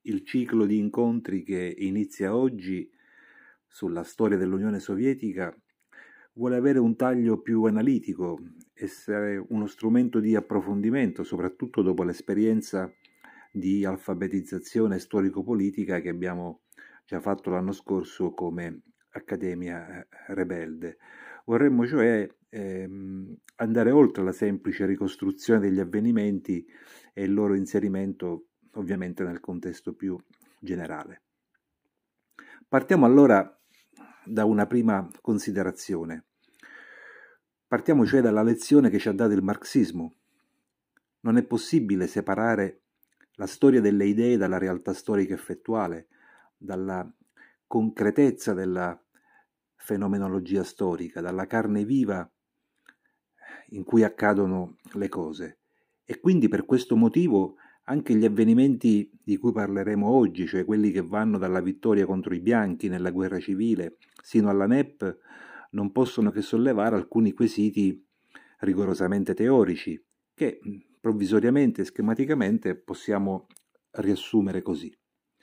il ciclo di incontri che inizia oggi sulla storia dell'Unione Sovietica vuole avere un taglio più analitico, essere uno strumento di approfondimento, soprattutto dopo l'esperienza di alfabetizzazione storico-politica che abbiamo già fatto l'anno scorso come Accademia Rebelde. Vorremmo cioè andare oltre la semplice ricostruzione degli avvenimenti e il loro inserimento ovviamente nel contesto più generale. Partiamo allora da una prima considerazione. Partiamo cioè dalla lezione che ci ha dato il marxismo. Non è possibile separare la storia delle idee dalla realtà storica effettuale, dalla concretezza della fenomenologia storica, dalla carne viva in cui accadono le cose. E quindi per questo motivo anche gli avvenimenti di cui parleremo oggi, cioè quelli che vanno dalla vittoria contro i bianchi nella guerra civile sino alla NEP, non possono che sollevare alcuni quesiti rigorosamente teorici, che provvisoriamente e schematicamente possiamo riassumere così.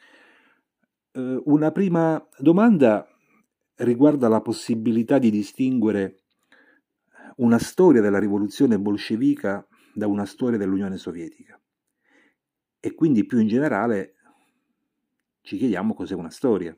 Una prima domanda riguarda la possibilità di distinguere una storia della rivoluzione bolscevica da una storia dell'Unione Sovietica. E quindi più in generale ci chiediamo cos'è una storia.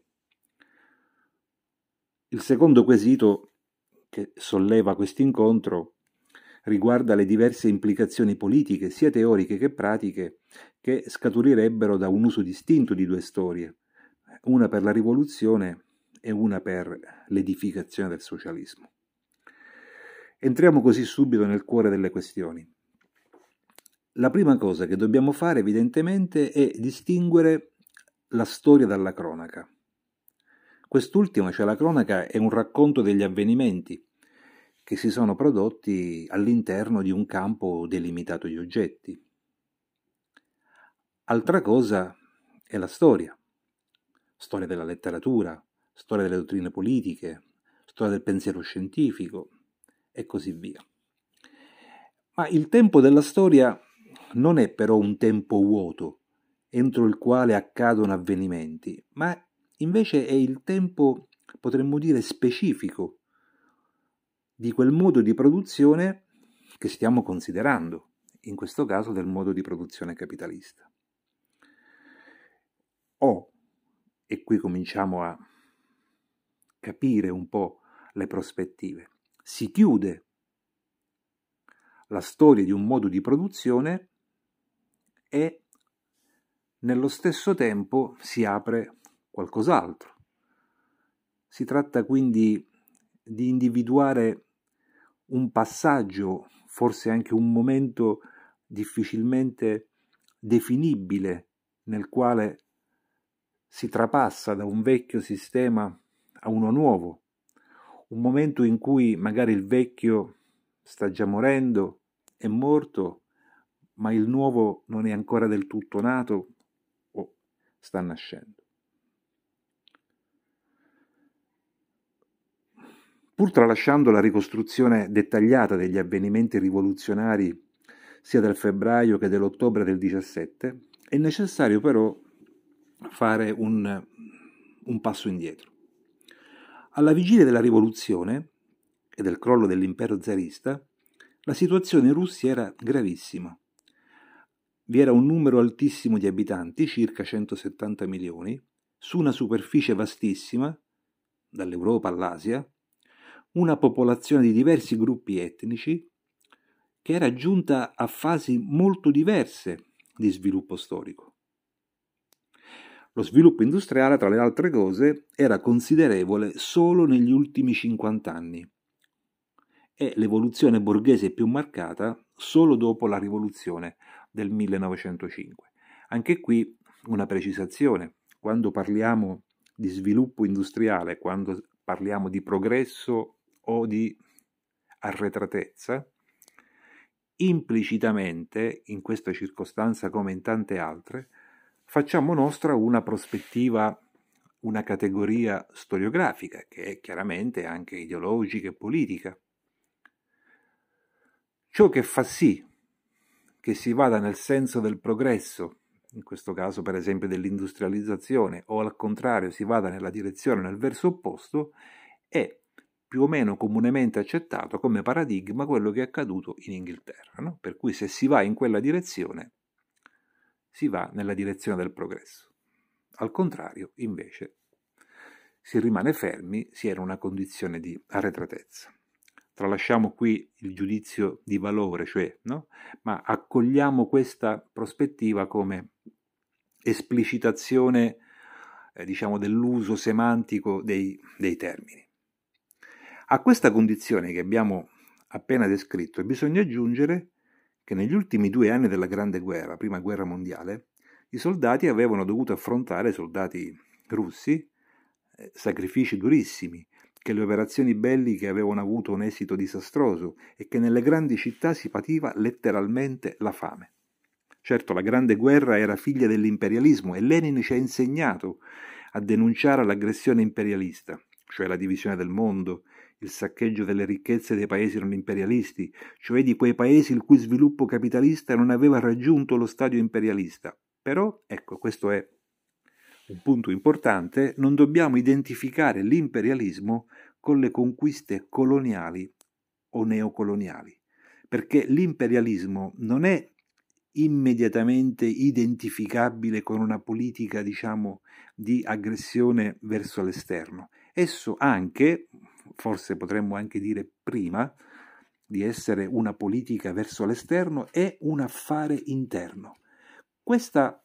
Il secondo quesito che solleva questo incontro riguarda le diverse implicazioni politiche, sia teoriche che pratiche, che scaturirebbero da un uso distinto di due storie, una per la rivoluzione e una per l'edificazione del socialismo. Entriamo così subito nel cuore delle questioni. La prima cosa che dobbiamo fare evidentemente è distinguere la storia dalla cronaca. Quest'ultima, cioè la cronaca, è un racconto degli avvenimenti che si sono prodotti all'interno di un campo delimitato di oggetti. Altra cosa è la storia della letteratura, storia delle dottrine politiche, storia del pensiero scientifico e così via. Ma il tempo della storia non è però un tempo vuoto, entro il quale accadono avvenimenti, ma invece è il tempo, potremmo dire, specifico di quel modo di produzione che stiamo considerando, in questo caso del modo di produzione capitalista. E qui cominciamo a capire un po' le prospettive. Si chiude la storia di un modo di produzione e nello stesso tempo si apre qualcos'altro. Si tratta quindi di individuare un passaggio, forse anche un momento difficilmente definibile, nel quale si trapassa da un vecchio sistema a uno nuovo, un momento in cui magari il vecchio sta già morendo, è morto, ma il nuovo non è ancora del tutto nato o sta nascendo. Pur tralasciando la ricostruzione dettagliata degli avvenimenti rivoluzionari sia del febbraio che dell'ottobre del 17, è necessario però fare un passo indietro. Alla vigilia della rivoluzione e del crollo dell'impero zarista, la situazione in Russia era gravissima. Vi era un numero altissimo di abitanti, circa 170 milioni, su una superficie vastissima, dall'Europa all'Asia, una popolazione di diversi gruppi etnici che era giunta a fasi molto diverse di sviluppo storico. Lo sviluppo industriale, tra le altre cose, era considerevole solo negli ultimi 50 anni e l'evoluzione borghese più marcata solo dopo la rivoluzione del 1905. Anche qui una precisazione: quando parliamo di sviluppo industriale, quando parliamo di progresso o di arretratezza, implicitamente, in questa circostanza come in tante altre, facciamo nostra una prospettiva, una categoria storiografica, che è chiaramente anche ideologica e politica. Ciò che fa sì che si vada nel senso del progresso in questo caso per esempio dell'industrializzazione, o al contrario si vada nella direzione, nel verso opposto, è più o meno comunemente accettato come paradigma quello che è accaduto in Inghilterra, no? Per cui se si va in quella direzione, si va nella direzione del progresso. Al contrario, invece, si rimane fermi, si è in una condizione di arretratezza. Tralasciamo qui il giudizio di valore, cioè, no? Ma accogliamo questa prospettiva come esplicitazione, diciamo, dell'uso semantico dei termini. A questa condizione che abbiamo appena descritto bisogna aggiungere che negli ultimi 2 anni della Grande Guerra, Prima Guerra Mondiale, i soldati avevano dovuto affrontare, soldati russi, sacrifici durissimi, che le operazioni belliche avevano avuto un esito disastroso e che nelle grandi città si pativa letteralmente la fame. Certo, la Grande Guerra era figlia dell'imperialismo e Lenin ci ha insegnato a denunciare l'aggressione imperialista, cioè la divisione del mondo, il saccheggio delle ricchezze dei paesi non imperialisti, cioè di quei paesi il cui sviluppo capitalista non aveva raggiunto lo stadio imperialista. Però, ecco, questo è un punto importante, non dobbiamo identificare l'imperialismo con le conquiste coloniali o neocoloniali, perché l'imperialismo non è immediatamente identificabile con una politica, diciamo, di aggressione verso l'esterno. Esso anche, forse potremmo anche dire prima, di essere una politica verso l'esterno, è un affare interno. Questa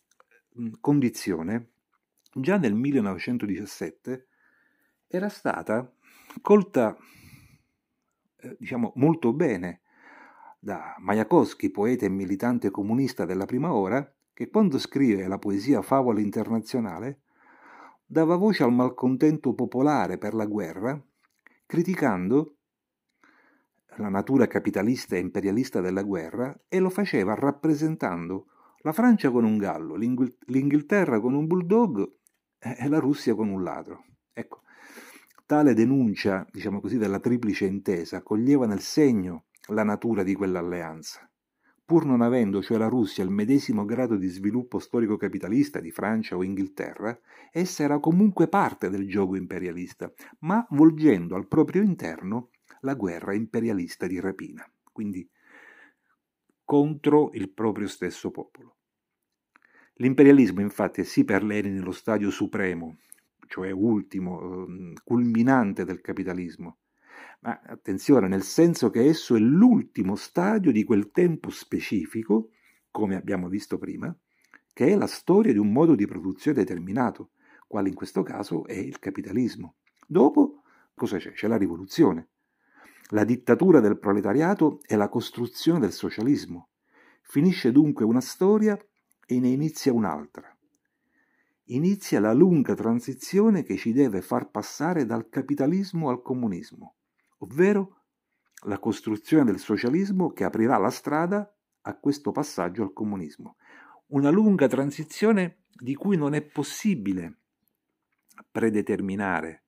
condizione, già nel 1917, era stata colta, diciamo, molto bene da Majakovskij, poeta e militante comunista della prima ora, che quando scrive la poesia Favola internazionale dava voce al malcontento popolare per la guerra, criticando la natura capitalista e imperialista della guerra, e lo faceva rappresentando la Francia con un gallo, l'Inghilterra con un bulldog e la Russia con un ladro. Ecco, tale denuncia, diciamo così, della triplice intesa coglieva nel segno la natura di quell'alleanza. Pur non avendo, cioè la Russia, il medesimo grado di sviluppo storico-capitalista di Francia o Inghilterra, essa era comunque parte del gioco imperialista, ma volgendo al proprio interno la guerra imperialista di rapina, quindi contro il proprio stesso popolo. L'imperialismo, infatti, è sì per Lenin lo stadio supremo, cioè ultimo, culminante del capitalismo, ma attenzione, nel senso che esso è l'ultimo stadio di quel tempo specifico, come abbiamo visto prima, che è la storia di un modo di produzione determinato, quale in questo caso è il capitalismo. Dopo, cosa c'è? C'è la rivoluzione, la dittatura del proletariato e la costruzione del socialismo. Finisce dunque una storia e ne inizia un'altra. Inizia la lunga transizione che ci deve far passare dal capitalismo al comunismo, ovvero la costruzione del socialismo che aprirà la strada a questo passaggio al comunismo. Una lunga transizione di cui non è possibile predeterminare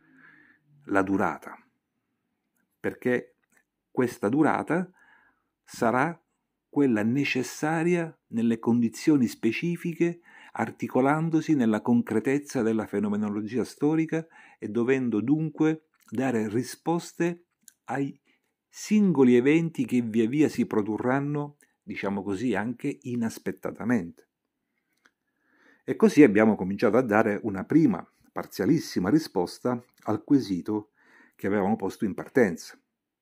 la durata, perché questa durata sarà quella necessaria nelle condizioni specifiche, articolandosi nella concretezza della fenomenologia storica e dovendo dunque dare risposte ai singoli eventi che via via si produrranno, diciamo così, anche inaspettatamente. E così abbiamo cominciato a dare una prima, parzialissima risposta al quesito che avevamo posto in partenza.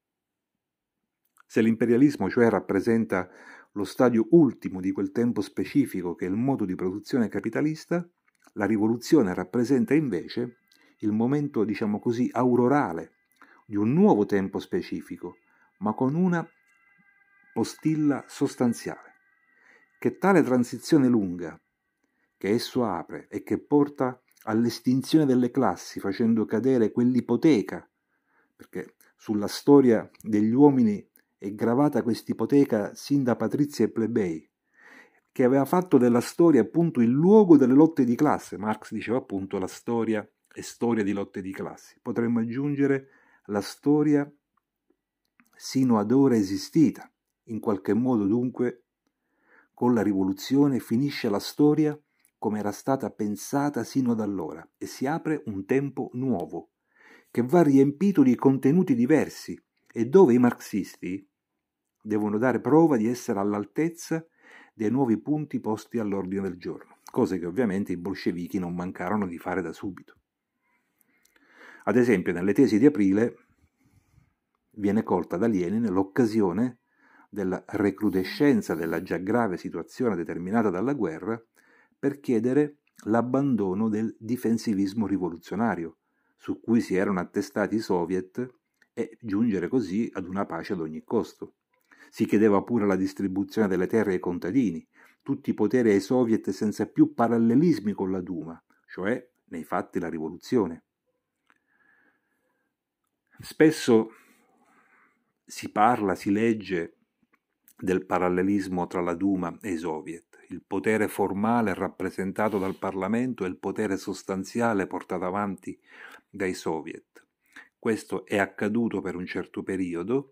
Se l'imperialismo, cioè, rappresenta lo stadio ultimo di quel tempo specifico che è il modo di produzione capitalista, la rivoluzione rappresenta invece il momento, diciamo così, aurorale di un nuovo tempo specifico, ma con una postilla sostanziale, che tale transizione lunga che esso apre e che porta all'estinzione delle classi, facendo cadere quell'ipoteca, perché sulla storia degli uomini è gravata quest'ipoteca sin da patrizi e plebei, che aveva fatto della storia appunto il luogo delle lotte di classe. Marx diceva appunto la storia è storia di lotte di classi. Potremmo aggiungere la storia sino ad ora esistita, in qualche modo dunque con la rivoluzione finisce la storia come era stata pensata sino ad allora e si apre un tempo nuovo, che va riempito di contenuti diversi e dove i marxisti devono dare prova di essere all'altezza dei nuovi punti posti all'ordine del giorno, cose che ovviamente i bolscevichi non mancarono di fare da subito. Ad esempio, nelle tesi di aprile viene colta da Lenin l'occasione della recrudescenza della già grave situazione determinata dalla guerra per chiedere l'abbandono del difensivismo rivoluzionario su cui si erano attestati i soviet e giungere così ad una pace ad ogni costo. Si chiedeva pure la distribuzione delle terre ai contadini, tutti i poteri ai soviet senza più parallelismi con la Duma, cioè nei fatti la rivoluzione. Spesso si parla, si legge del parallelismo tra la Duma e i soviet, il potere formale rappresentato dal Parlamento e il potere sostanziale portato avanti dai soviet. Questo è accaduto per un certo periodo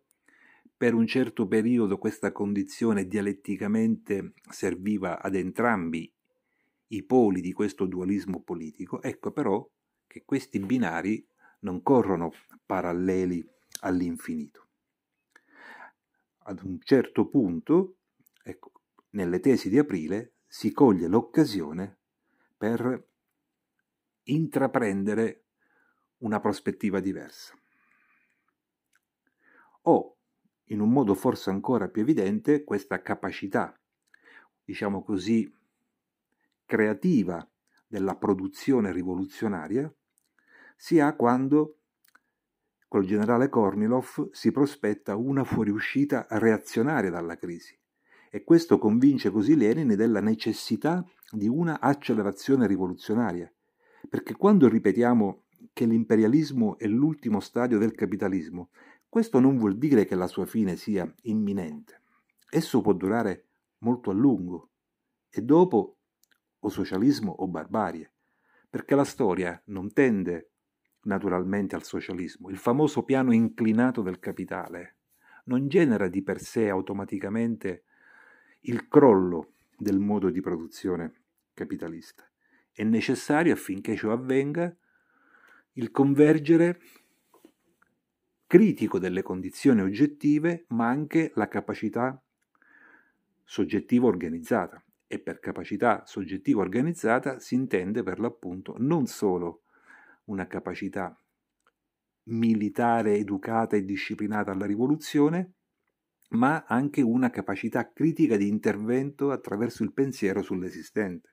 questa condizione dialetticamente serviva ad entrambi i poli di questo dualismo politico, ecco però che questi binari non corrono paralleli all'infinito. Ad un certo punto, ecco, nelle tesi di aprile si coglie l'occasione per intraprendere una prospettiva diversa. O, in un modo forse ancora più evidente, questa capacità, diciamo così, creativa della produzione rivoluzionaria si ha quando col generale Kornilov si prospetta una fuoriuscita reazionaria dalla crisi e questo convince così Lenin della necessità di una accelerazione rivoluzionaria, perché quando ripetiamo che l'imperialismo è l'ultimo stadio del capitalismo, questo non vuol dire che la sua fine sia imminente. Esso può durare molto a lungo e dopo o socialismo o barbarie, perché la storia non tende naturalmente al socialismo. Il famoso piano inclinato del capitale non genera di per sé automaticamente il crollo del modo di produzione capitalista. È necessario affinché ciò avvenga il convergere critico delle condizioni oggettive, ma anche la capacità soggettiva organizzata. E per capacità soggettiva organizzata si intende per l'appunto non solo una capacità militare educata e disciplinata alla rivoluzione, ma anche una capacità critica di intervento attraverso il pensiero sull'esistente.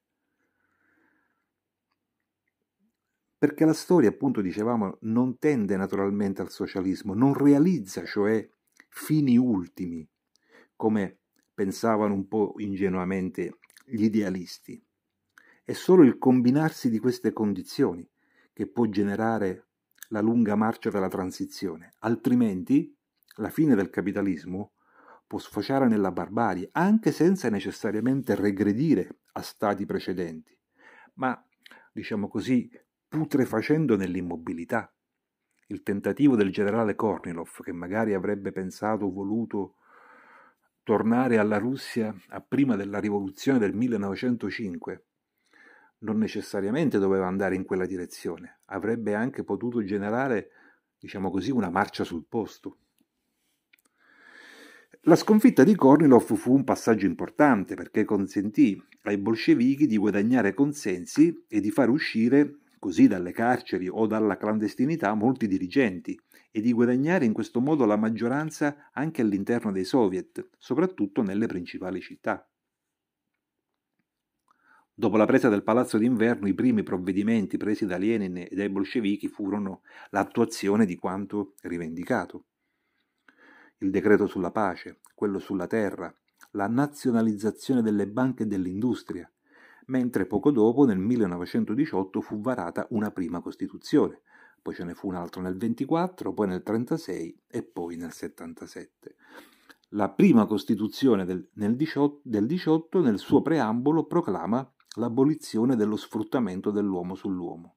Perché la storia, appunto, dicevamo, non tende naturalmente al socialismo, non realizza, cioè, fini ultimi, come pensavano un po' ingenuamente gli idealisti. È solo il combinarsi di queste condizioni che può generare la lunga marcia della transizione, altrimenti la fine del capitalismo può sfociare nella barbarie, anche senza necessariamente regredire a stati precedenti, ma, diciamo così, putrefacendo nell'immobilità. Il tentativo del generale Kornilov, che magari avrebbe pensato o voluto tornare alla Russia a prima della rivoluzione del 1905, non necessariamente doveva andare in quella direzione, avrebbe anche potuto generare, diciamo così, una marcia sul posto. La sconfitta di Kornilov fu un passaggio importante perché consentì ai bolscevichi di guadagnare consensi e di far uscire così dalle carceri o dalla clandestinità molti dirigenti e di guadagnare in questo modo la maggioranza anche all'interno dei soviet, soprattutto nelle principali città. Dopo la presa del Palazzo d'Inverno, i primi provvedimenti presi da Lenin e dai bolscevichi furono l'attuazione di quanto rivendicato. Il decreto sulla pace, quello sulla terra, la nazionalizzazione delle banche e dell'industria, mentre poco dopo, nel 1918, fu varata una prima Costituzione, poi ce ne fu un altro nel 24, poi nel 36 e poi nel 77. La prima Costituzione del 18 nel suo preambolo proclama l'abolizione dello sfruttamento dell'uomo sull'uomo,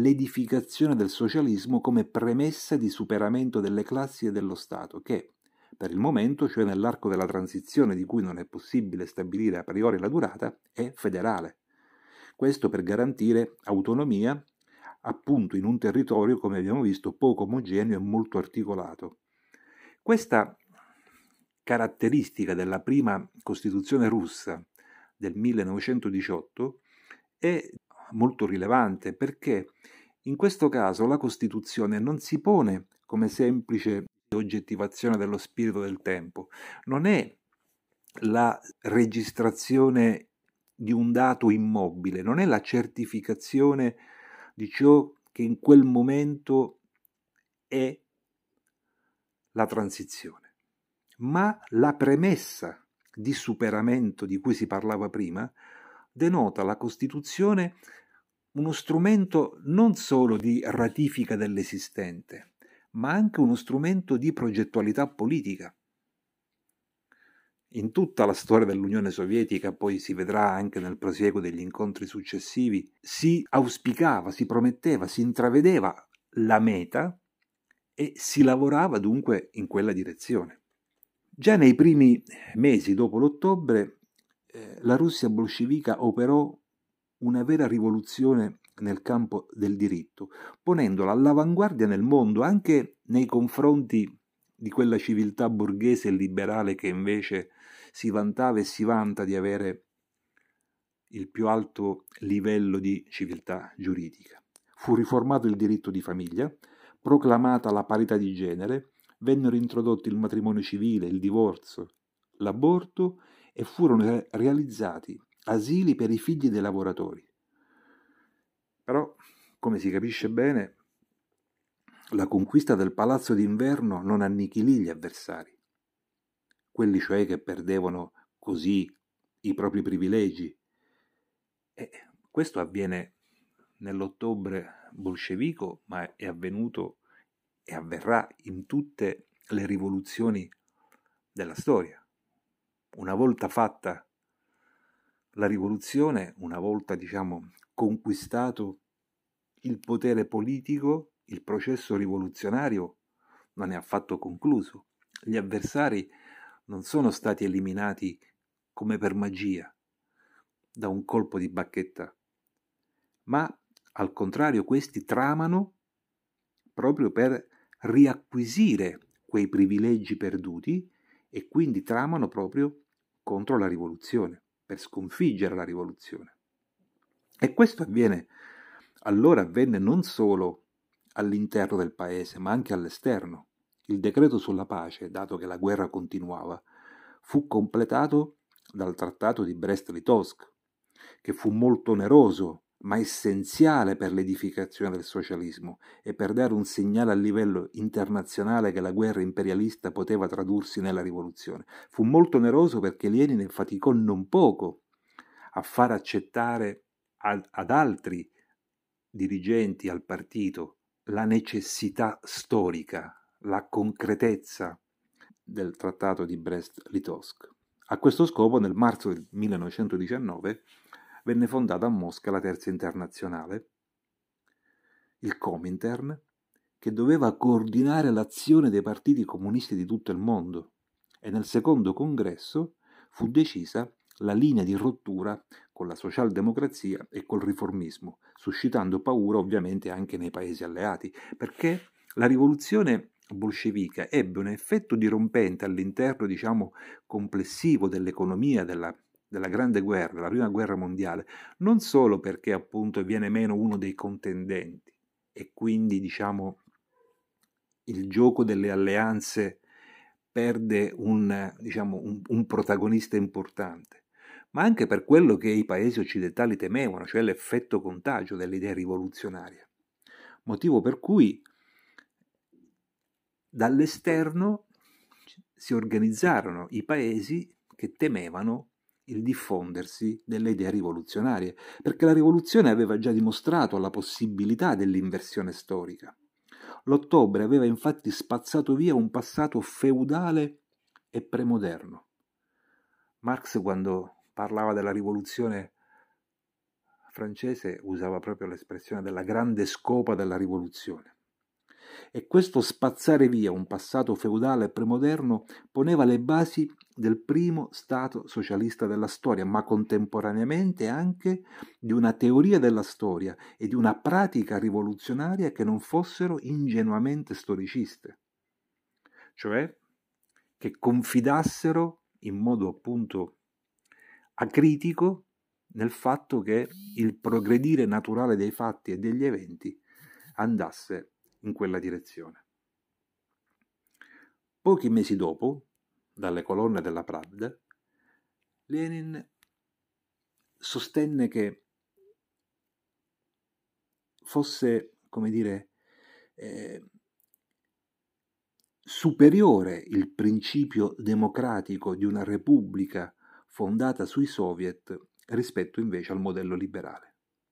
l'edificazione del socialismo come premessa di superamento delle classi e dello Stato che, per il momento, cioè nell'arco della transizione di cui non è possibile stabilire a priori la durata, è federale. Questo per garantire autonomia appunto in un territorio, come abbiamo visto, poco omogeneo e molto articolato. Questa caratteristica della prima Costituzione russa del 1918 è molto rilevante perché in questo caso la Costituzione non si pone come semplice oggettivazione dello spirito del tempo, non è la registrazione di un dato immobile, non è la certificazione di ciò che in quel momento è la transizione, ma la premessa di superamento di cui si parlava prima denota la Costituzione uno strumento non solo di ratifica dell'esistente, ma anche uno strumento di progettualità politica. In tutta la storia dell'Unione Sovietica, poi si vedrà anche nel prosieguo degli incontri successivi, si auspicava, si prometteva, si intravedeva la meta e si lavorava dunque in quella direzione. Già nei primi mesi dopo l'ottobre la Russia bolscevica operò una vera rivoluzione nel campo del diritto, ponendola all'avanguardia nel mondo anche nei confronti di quella civiltà borghese e liberale che invece si vantava e si vanta di avere il più alto livello di civiltà giuridica. Fu riformato il diritto di famiglia, proclamata la parità di genere, vennero introdotti il matrimonio civile, il divorzio, l'aborto e furono realizzati asili per i figli dei lavoratori. Però, come si capisce bene, la conquista del Palazzo d'Inverno non annichilì gli avversari, quelli cioè che perdevano così i propri privilegi. E questo avviene nell'ottobre bolscevico, ma è avvenuto e avverrà in tutte le rivoluzioni della storia. Una volta fatta la rivoluzione, una volta, conquistato il potere politico, il processo rivoluzionario non è affatto concluso. Gli avversari non sono stati eliminati come per magia, da un colpo di bacchetta, ma al contrario questi tramano proprio per riacquisire quei privilegi perduti e quindi tramano proprio contro la rivoluzione, per sconfiggere la rivoluzione. E questo avvenne non solo all'interno del paese, ma anche all'esterno. Il decreto sulla pace, dato che la guerra continuava, fu completato dal trattato di Brest-Litovsk, che fu molto oneroso, ma essenziale per l'edificazione del socialismo e per dare un segnale a livello internazionale che la guerra imperialista poteva tradursi nella rivoluzione. Fu molto oneroso perché Lenin faticò non poco a far accettare ad altri dirigenti, al partito, la necessità storica, la concretezza del trattato di Brest-Litovsk. A questo scopo, nel marzo del 1919, venne fondata a Mosca la Terza Internazionale, il Comintern, che doveva coordinare l'azione dei partiti comunisti di tutto il mondo, e nel secondo congresso fu decisa la linea di rottura con la socialdemocrazia e col riformismo, suscitando paura ovviamente anche nei paesi alleati, perché la rivoluzione bolscevica ebbe un effetto dirompente all'interno, complessivo dell'economia della Grande Guerra, della Prima Guerra Mondiale, non solo perché appunto viene meno uno dei contendenti e quindi il gioco delle alleanze perde un protagonista importante, ma anche per quello che i paesi occidentali temevano, cioè l'effetto contagio dell'idea rivoluzionaria. Motivo per cui dall'esterno si organizzarono i paesi che temevano il diffondersi delle idee rivoluzionarie, perché la rivoluzione aveva già dimostrato la possibilità dell'inversione storica. L'ottobre aveva infatti spazzato via un passato feudale e premoderno. Marx, quando parlava della rivoluzione francese, usava proprio l'espressione della grande scopa della rivoluzione. E questo spazzare via un passato feudale e premoderno poneva le basi del primo Stato socialista della storia, ma contemporaneamente anche di una teoria della storia e di una pratica rivoluzionaria che non fossero ingenuamente storiciste, cioè che confidassero in modo appunto acritico nel fatto che il progredire naturale dei fatti e degli eventi andasse in quella direzione. Pochi mesi dopo, dalle colonne della Pravda, Lenin sostenne che fosse, come dire, superiore il principio democratico di una repubblica fondata sui soviet rispetto invece al modello liberale.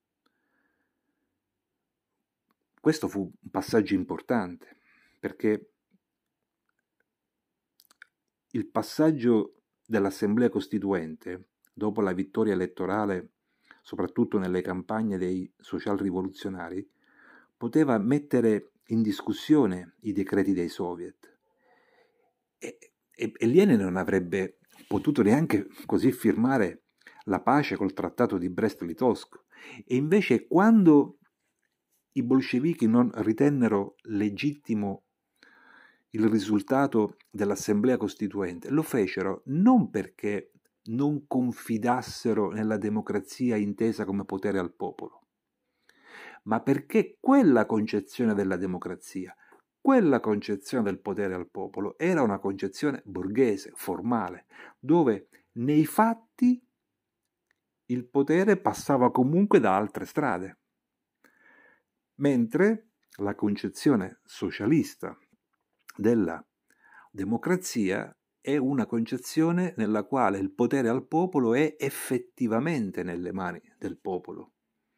Questo fu un passaggio importante, perché il passaggio dell'Assemblea Costituente, dopo la vittoria elettorale, soprattutto nelle campagne dei social-rivoluzionari, poteva mettere in discussione i decreti dei soviet. E Lenin non avrebbe potuto neanche così firmare la pace col trattato di Brest-Litovsk. E invece quando i bolscevichi non ritennero legittimo il risultato dell'Assemblea Costituente, lo fecero non perché non confidassero nella democrazia intesa come potere al popolo, ma perché quella concezione della democrazia, quella concezione del potere al popolo era una concezione borghese, formale, dove nei fatti il potere passava comunque da altre strade, mentre la concezione socialista della democrazia è una concezione nella quale il potere al popolo è effettivamente nelle mani del popolo.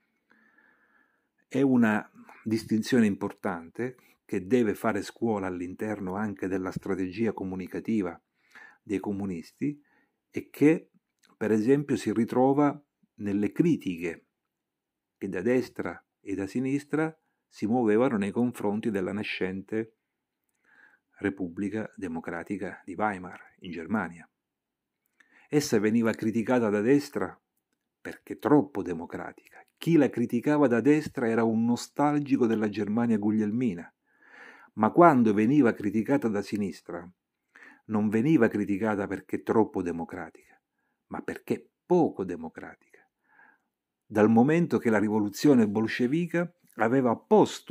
È una distinzione importante che deve fare scuola all'interno anche della strategia comunicativa dei comunisti e che, per esempio, si ritrova nelle critiche che da destra e da sinistra si muovevano nei confronti della nascente Repubblica Democratica di Weimar in Germania. Essa veniva criticata da destra perché troppo democratica. Chi la criticava da destra era un nostalgico della Germania guglielmina, ma quando veniva criticata da sinistra non veniva criticata perché troppo democratica, ma perché poco democratica. Dal momento che la rivoluzione bolscevica aveva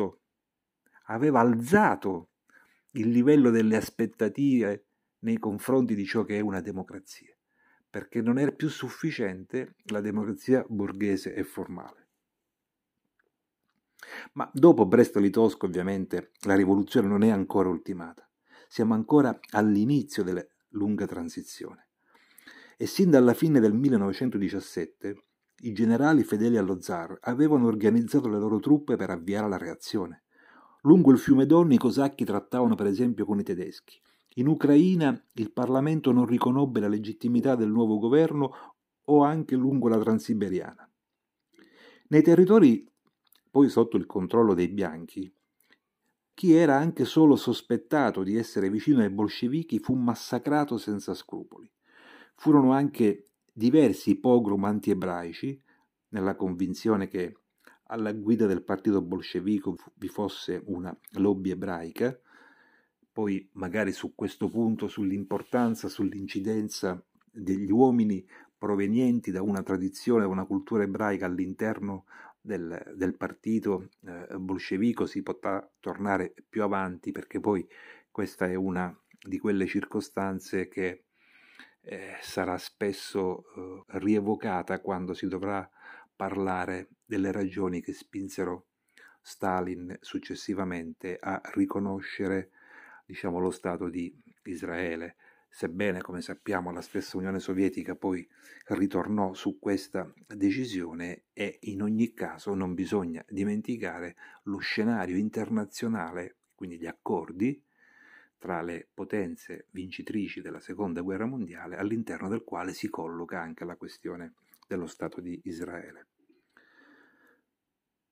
alzato il livello delle aspettative nei confronti di ciò che è una democrazia, perché non era più sufficiente la democrazia borghese e formale. Ma dopo Brest-Litovsk ovviamente la rivoluzione non è ancora ultimata, siamo ancora all'inizio della lunga transizione e sin dalla fine del 1917 i generali fedeli allo zar avevano organizzato le loro truppe per avviare la reazione. Lungo il fiume Don i cosacchi trattavano per esempio con i tedeschi. In Ucraina il Parlamento non riconobbe la legittimità del nuovo governo o anche lungo la Transiberiana. Nei territori poi sotto il controllo dei bianchi, chi era anche solo sospettato di essere vicino ai bolscevichi fu massacrato senza scrupoli. Furono anche diversi pogrom anti-ebraici, nella convinzione che alla guida del partito bolscevico vi fosse una lobby ebraica. Poi magari su questo punto, sull'importanza, sull'incidenza degli uomini provenienti da una tradizione, da una cultura ebraica all'interno del partito bolscevico si potrà tornare più avanti, perché poi questa è una di quelle circostanze che sarà spesso rievocata quando si dovrà parlare delle ragioni che spinsero Stalin successivamente a riconoscere, diciamo, lo Stato di Israele, sebbene, come sappiamo, la stessa Unione Sovietica poi ritornò su questa decisione. E in ogni caso non bisogna dimenticare lo scenario internazionale, quindi gli accordi tra le potenze vincitrici della Seconda Guerra Mondiale, all'interno del quale si colloca anche la questione dello Stato di Israele.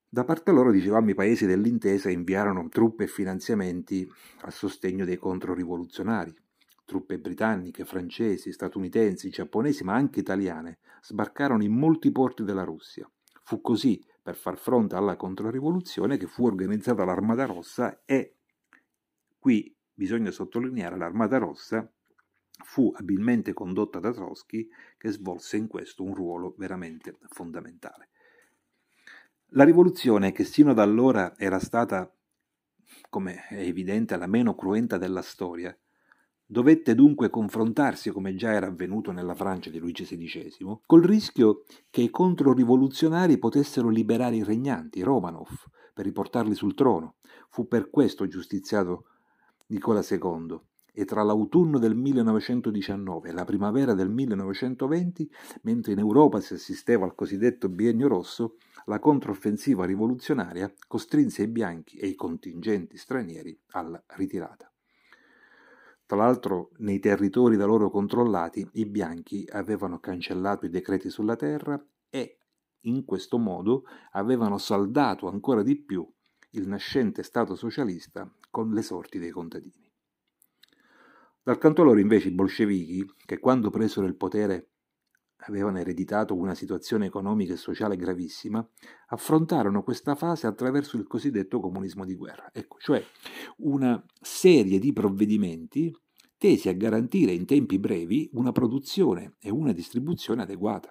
Da parte loro, dicevamo, i paesi dell'intesa inviarono truppe e finanziamenti a sostegno dei controrivoluzionari. Truppe britanniche, francesi, statunitensi, giapponesi, ma anche italiane sbarcarono in molti porti della Russia. Fu così, per far fronte alla controrivoluzione, che fu organizzata l'Armata Rossa e, qui bisogna sottolineare, l'Armata Rossa fu abilmente condotta da Trotsky, che svolse in questo un ruolo veramente fondamentale. La rivoluzione, che sino ad allora era stata, come è evidente, la meno cruenta della storia, dovette dunque confrontarsi, come già era avvenuto nella Francia di Luigi XVI, col rischio che i controrivoluzionari potessero liberare i regnanti, Romanov, per riportarli sul trono. Fu per questo giustiziato Nicola II e tra l'autunno del 1919 e la primavera del 1920, mentre in Europa si assisteva al cosiddetto Biennio Rosso, la controffensiva rivoluzionaria costrinse i bianchi e i contingenti stranieri alla ritirata. Tra l'altro, nei territori da loro controllati, i bianchi avevano cancellato i decreti sulla terra e, in questo modo, avevano saldato ancora di più il nascente Stato socialista con le sorti dei contadini. Dal canto loro, invece, i bolscevichi, che quando presero il potere avevano ereditato una situazione economica e sociale gravissima, affrontarono questa fase attraverso il cosiddetto comunismo di guerra, cioè una serie di provvedimenti tesi a garantire in tempi brevi una produzione e una distribuzione adeguata.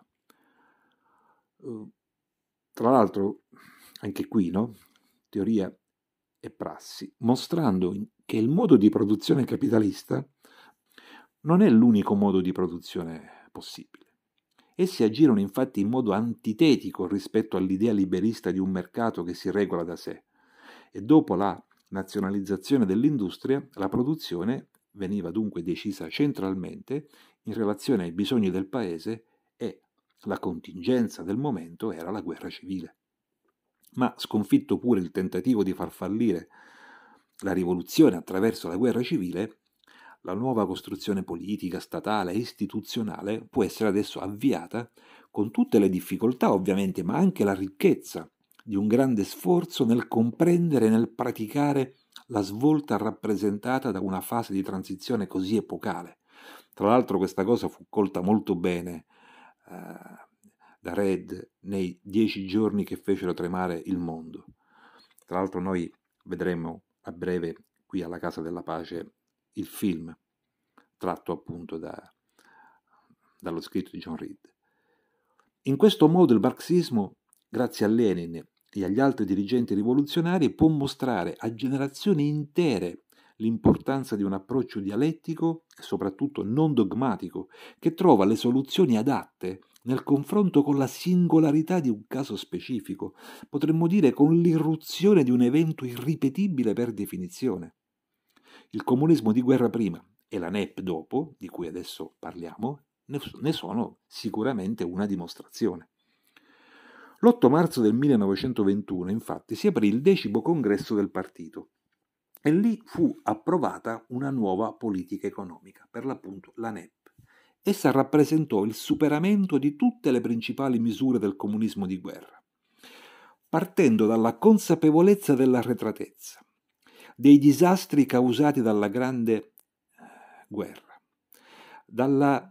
Tra l'altro, anche qui, teoria e prassi, mostrando che il modo di produzione capitalista non è l'unico modo di produzione possibile. Essi agirono infatti in modo antitetico rispetto all'idea liberista di un mercato che si regola da sé, e dopo la nazionalizzazione dell'industria, la produzione veniva dunque decisa centralmente in relazione ai bisogni del paese e la contingenza del momento era la guerra civile. Ma sconfitto pure il tentativo di far fallire la rivoluzione attraverso la guerra civile, la nuova costruzione politica, statale e istituzionale può essere adesso avviata con tutte le difficoltà ovviamente, ma anche la ricchezza di un grande sforzo nel comprendere e nel praticare la svolta rappresentata da una fase di transizione così epocale. Tra l'altro questa cosa fu colta molto bene da Red nei 10 giorni che fecero tremare il mondo. Tra l'altro noi vedremo a breve qui alla Casa della Pace il film tratto appunto dallo scritto di John Reed. In questo modo il marxismo, grazie a Lenin e agli altri dirigenti rivoluzionari, può mostrare a generazioni intere l'importanza di un approccio dialettico e soprattutto non dogmatico, che trova le soluzioni adatte nel confronto con la singolarità di un caso specifico, potremmo dire con l'irruzione di un evento irripetibile per definizione. Il comunismo di guerra prima e la NEP dopo, di cui adesso parliamo, ne sono sicuramente una dimostrazione. L'8 marzo del 1921, infatti, si aprì il 10° congresso del partito e lì fu approvata una nuova politica economica, per l'appunto la NEP. Essa rappresentò il superamento di tutte le principali misure del comunismo di guerra, partendo dalla consapevolezza dell'arretratezza, dei disastri causati dalla Grande Guerra, dalla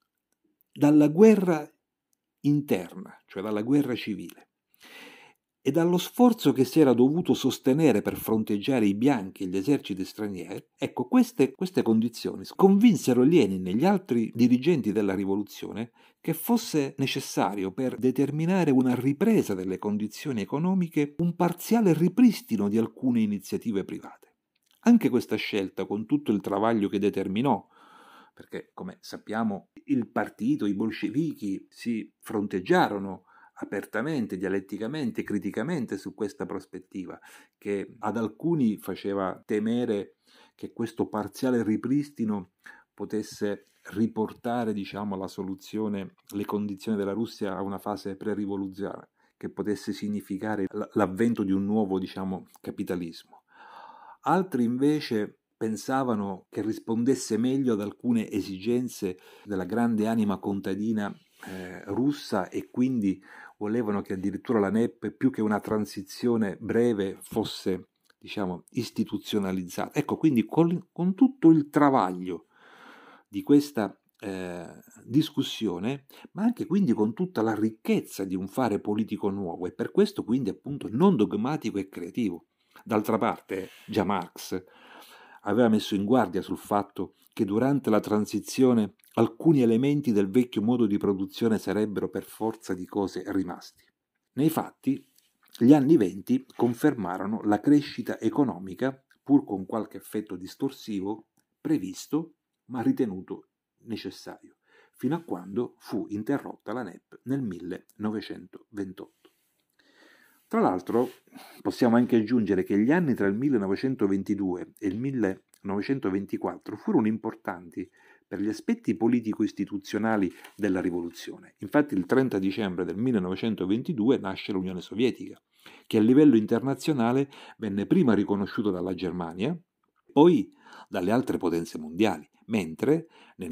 guerra interna, cioè dalla guerra civile, e dallo sforzo che si era dovuto sostenere per fronteggiare i bianchi e gli eserciti stranieri. Ecco, queste condizioni convinsero Lenin e gli altri dirigenti della rivoluzione che fosse necessario, per determinare una ripresa delle condizioni economiche, un parziale ripristino di alcune iniziative private. Anche questa scelta, con tutto il travaglio che determinò, perché come sappiamo il partito, i bolscevichi si fronteggiarono apertamente, dialetticamente, criticamente su questa prospettiva, che ad alcuni faceva temere che questo parziale ripristino potesse riportare, la soluzione, le condizioni della Russia a una fase pre-rivoluzionaria, che potesse significare l'avvento di un nuovo, capitalismo. Altri invece pensavano che rispondesse meglio ad alcune esigenze della grande anima contadina russa e quindi volevano che addirittura la NEP, più che una transizione breve, fosse, diciamo, istituzionalizzata. Ecco, quindi con tutto il travaglio di questa discussione, ma anche quindi con tutta la ricchezza di un fare politico nuovo, e per questo quindi appunto non dogmatico e creativo. D'altra parte, già Marx aveva messo in guardia sul fatto che durante la transizione alcuni elementi del vecchio modo di produzione sarebbero per forza di cose rimasti. Nei fatti, gli anni '20 confermarono la crescita economica, pur con qualche effetto distorsivo, previsto ma ritenuto necessario, fino a quando fu interrotta la NEP nel 1928. Tra l'altro, possiamo anche aggiungere che gli anni tra il 1922 e il 1924 furono importanti per gli aspetti politico-istituzionali della rivoluzione. Infatti il 30 dicembre del 1922 nasce l'Unione Sovietica, che a livello internazionale venne prima riconosciuta dalla Germania, poi dalle altre potenze mondiali, mentre nel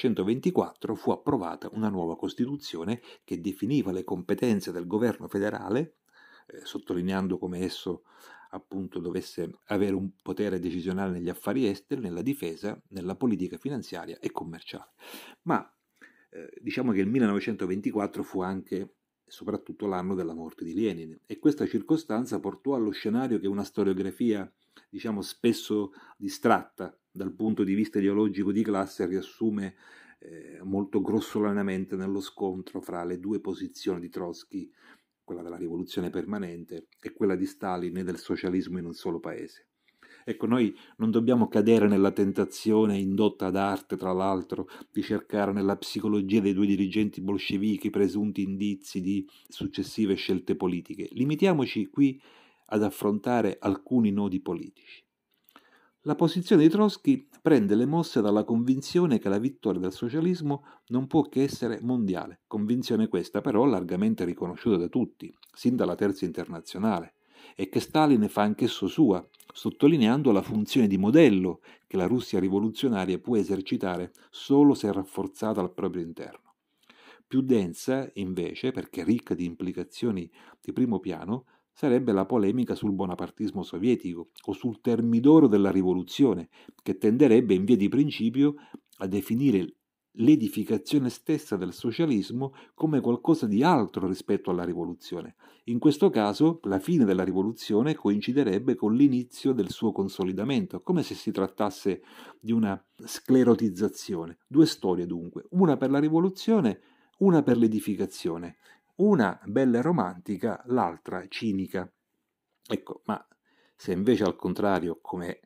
1924 fu approvata una nuova Costituzione che definiva le competenze del governo federale, sottolineando come esso appunto dovesse avere un potere decisionale negli affari esteri, nella difesa, nella politica finanziaria e commerciale. Ma diciamo che il 1924 fu anche e soprattutto l'anno della morte di Lenin, e questa circostanza portò allo scenario che una storiografia, diciamo, spesso distratta dal punto di vista ideologico di classe riassume molto grossolanamente nello scontro fra le due posizioni di Trotsky, quella della rivoluzione permanente e quella di Stalin e del socialismo in un solo paese. Ecco, noi non dobbiamo cadere nella tentazione, indotta ad arte tra l'altro, di cercare nella psicologia dei due dirigenti bolscevichi presunti indizi di successive scelte politiche. Limitiamoci qui ad affrontare alcuni nodi politici. La posizione di Trotsky prende le mosse dalla convinzione che la vittoria del socialismo non può che essere mondiale, convinzione questa però largamente riconosciuta da tutti, sin dalla Terza Internazionale, e che Stalin fa anch'esso sua, sottolineando la funzione di modello che la Russia rivoluzionaria può esercitare solo se rafforzata al proprio interno. Più densa, invece, perché ricca di implicazioni di primo piano, sarebbe la polemica sul bonapartismo sovietico o sul termidoro della rivoluzione, che tenderebbe in via di principio a definire l'edificazione stessa del socialismo come qualcosa di altro rispetto alla rivoluzione. In questo caso, la fine della rivoluzione coinciderebbe con l'inizio del suo consolidamento, come se si trattasse di una sclerotizzazione. Due storie dunque, una per la rivoluzione, una per l'edificazione. Una bella e romantica, l'altra cinica. Ecco, ma se invece al contrario, come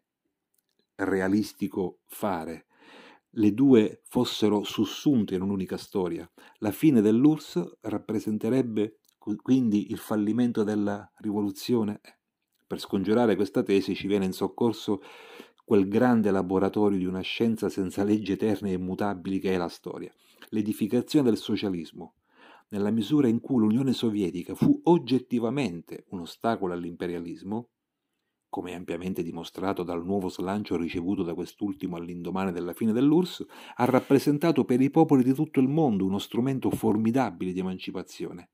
realistico fare, le due fossero sussunte in un'unica storia, la fine dell'URSS rappresenterebbe quindi il fallimento della rivoluzione? Per scongiurare questa tesi ci viene in soccorso quel grande laboratorio di una scienza senza leggi eterne e immutabili che è la storia, l'edificazione del socialismo. Nella misura in cui l'Unione Sovietica fu oggettivamente un ostacolo all'imperialismo, come ampiamente dimostrato dal nuovo slancio ricevuto da quest'ultimo all'indomani della fine dell'URSS, ha rappresentato per i popoli di tutto il mondo uno strumento formidabile di emancipazione.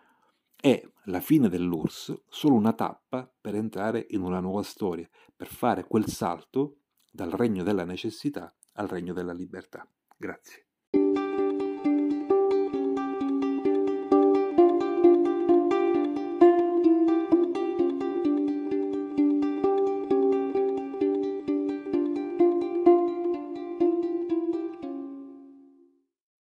È la fine dell'URSS solo una tappa per entrare in una nuova storia, per fare quel salto dal regno della necessità al regno della libertà. Grazie.